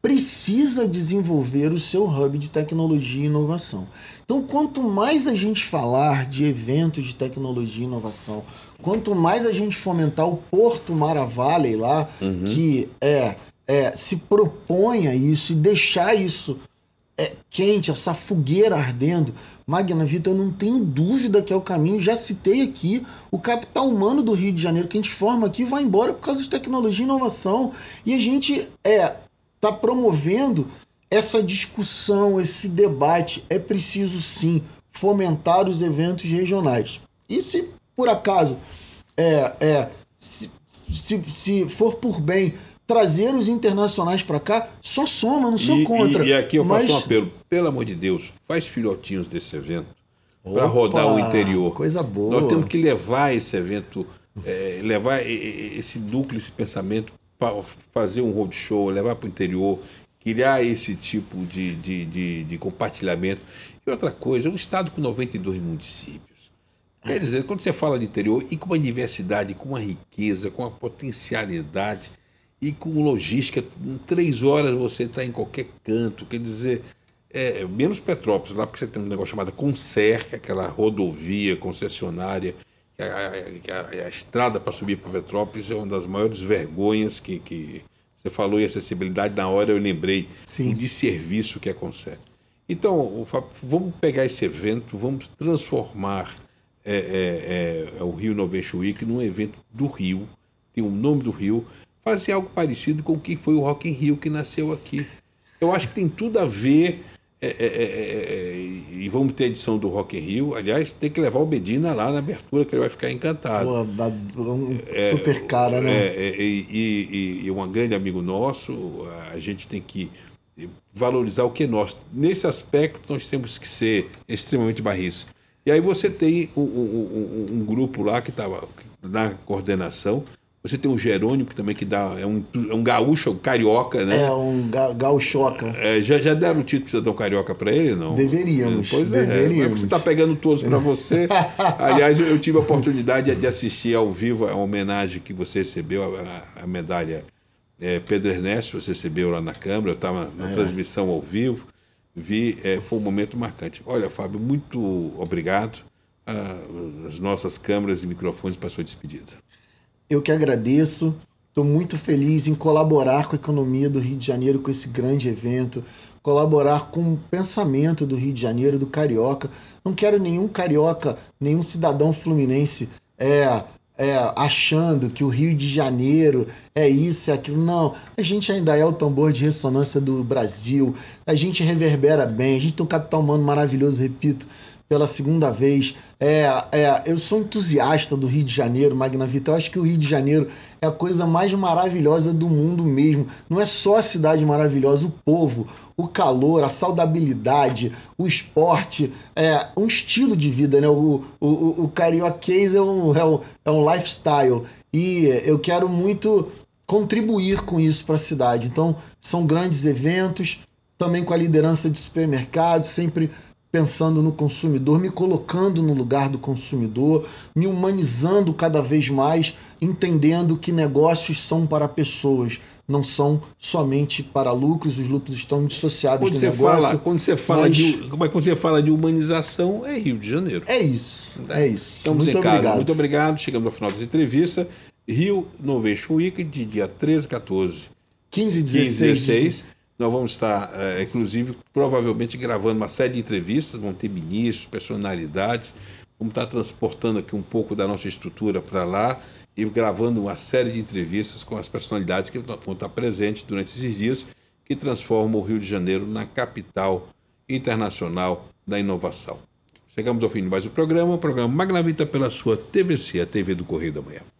precisa desenvolver o seu hub de tecnologia e inovação. Então, quanto mais a gente falar de eventos de tecnologia e inovação, quanto mais a gente fomentar o Porto Mara Valley lá, uhum. que é, é, se propõe a isso e deixar isso é, quente, essa fogueira ardendo, Magna Vita, eu não tenho dúvida que é o caminho. Já citei aqui, o capital humano do Rio de Janeiro que a gente forma aqui vai embora por causa de tecnologia e inovação. E a gente é... está promovendo essa discussão, esse debate. É preciso, sim, fomentar os eventos regionais. E se, por acaso, é, é, se, se, se for por bem trazer os internacionais para cá, só soma, não sou e, contra. E, e aqui eu mas... faço um apelo. Pelo amor de Deus, faz filhotinhos desse evento para rodar o interior. Coisa boa. Nós temos que levar esse evento, é, levar esse núcleo, esse pensamento, para fazer um roadshow, levar para o interior, criar esse tipo de, de, de, de compartilhamento. E outra coisa, é um estado com noventa e dois municípios. Quer dizer, quando você fala de interior, e com uma diversidade, com uma riqueza, com uma potencialidade e com logística, em três horas você está em qualquer canto. Quer dizer, é, menos Petrópolis, lá porque você tem um negócio chamado Concer, que é aquela rodovia concessionária. A, a, a, a estrada para subir para Petrópolis é uma das maiores vergonhas que, que você falou em acessibilidade, na hora eu lembrei Sim. de serviço que é Concer. Então, vamos pegar esse evento, vamos transformar é, é, é, o Rio Innovation Week num evento do Rio, tem o nome do Rio, fazer algo parecido com o que foi o Rock in Rio que nasceu aqui. Eu acho que tem tudo a ver. É, é, é, é, e vamos ter a edição do Rock in Rio. Aliás, tem que levar o Bedina lá na abertura, que ele vai ficar encantado. Pô, um super cara, né? É, é, e, e, e um grande amigo nosso. A gente tem que valorizar o que é nosso. Nesse aspecto, nós temos que ser extremamente barris. E aí você tem um, um, um, um grupo lá que estava na coordenação. Você tem o Jerônimo, que também que dá, é, um, é um gaúcho, um carioca, né? É, um ga, gaúchoca. É, já, já deram o título de cidadão carioca para ele, não? Deveríamos. Pois é, deveríamos. Você está pegando todos para você. Aliás, eu, eu tive a oportunidade de assistir ao vivo a homenagem que você recebeu, a, a medalha é, Pedro Ernesto, você recebeu lá na Câmara, eu estava na é. transmissão ao vivo, vi, é, foi um momento marcante. Olha, Fábio, muito obrigado. Ah, as nossas câmeras e microfones para a sua despedida. Eu que agradeço, estou muito feliz em colaborar com a economia do Rio de Janeiro, com esse grande evento, colaborar com o pensamento do Rio de Janeiro, do carioca. Não quero nenhum carioca, nenhum cidadão fluminense é, é, achando que o Rio de Janeiro é isso, é aquilo. Não, a gente ainda é o tambor de ressonância do Brasil, a gente reverbera bem, a gente tem um capital humano maravilhoso, repito, pela segunda vez. É, é, eu sou entusiasta do Rio de Janeiro, Magnavita. Eu acho que o Rio de Janeiro é a coisa mais maravilhosa do mundo mesmo. Não é só a cidade maravilhosa, o povo, o calor, a saudabilidade, o esporte, é um estilo de vida, né? O, o, o carioquês é um, é, um, é um lifestyle. E eu quero muito contribuir com isso para a cidade. Então, são grandes eventos, também com a liderança de supermercados, sempre pensando no consumidor, me colocando no lugar do consumidor, me humanizando cada vez mais, entendendo que negócios são para pessoas, não são somente para lucros, os lucros estão dissociáveis Quando do você negócio. fala, quando você fala mas de, mas quando você fala de humanização, é Rio de Janeiro. É isso, é isso. Estamos Muito em casa. obrigado. Muito obrigado. Chegamos ao final dessa entrevista. Rio Innovation Week, de dia treze, quatorze, quinze e quinze e dezesseis. dezesseis. Nós vamos estar, é, inclusive, provavelmente gravando uma série de entrevistas, vão ter ministros, personalidades, vamos estar transportando aqui um pouco da nossa estrutura para lá e gravando uma série de entrevistas com as personalidades que vão estar presentes durante esses dias, que transformam o Rio de Janeiro na capital internacional da inovação. Chegamos ao fim de mais um programa, o programa Magnavita pela sua T V C, a T V do Correio da Manhã.